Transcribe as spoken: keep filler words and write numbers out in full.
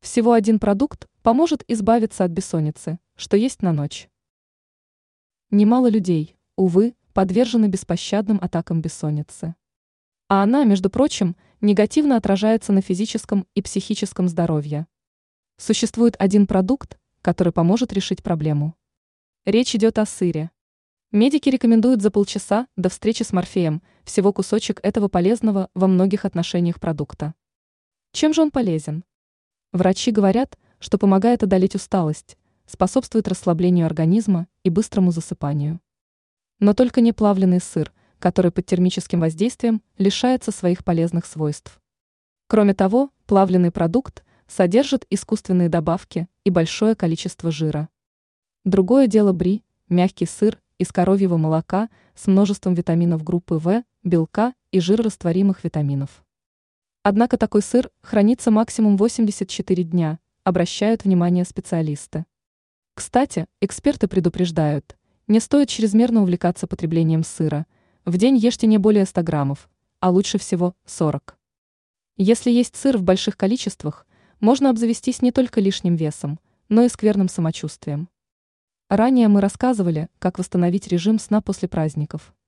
Всего один продукт поможет избавиться от бессонницы, что есть на ночь. Немало людей, увы, подвержены беспощадным атакам бессонницы. А она, между прочим, негативно отражается на физическом и психическом здоровье. Существует один продукт, который поможет решить проблему. Речь идет о сыре. Медики рекомендуют за полчаса до встречи с морфеем всего кусочек этого полезного во многих отношениях продукта. Чем же он полезен? Врачи говорят, что помогает одолеть усталость, способствует расслаблению организма и быстрому засыпанию. Но только не плавленый сыр, который под термическим воздействием лишается своих полезных свойств. Кроме того, плавленый продукт содержит искусственные добавки и большое количество жира. Другое дело бри, мягкий сыр из коровьего молока с множеством витаминов группы В, белка и жирорастворимых витаминов. Однако такой сыр хранится максимум восемьдесят четыре дня, обращают внимание специалисты. Кстати, эксперты предупреждают, не стоит чрезмерно увлекаться потреблением сыра, в день ешьте не более ста граммов, а лучше всего сорок. Если есть сыр в больших количествах, можно обзавестись не только лишним весом, но и скверным самочувствием. Ранее мы рассказывали, как восстановить режим сна после праздников.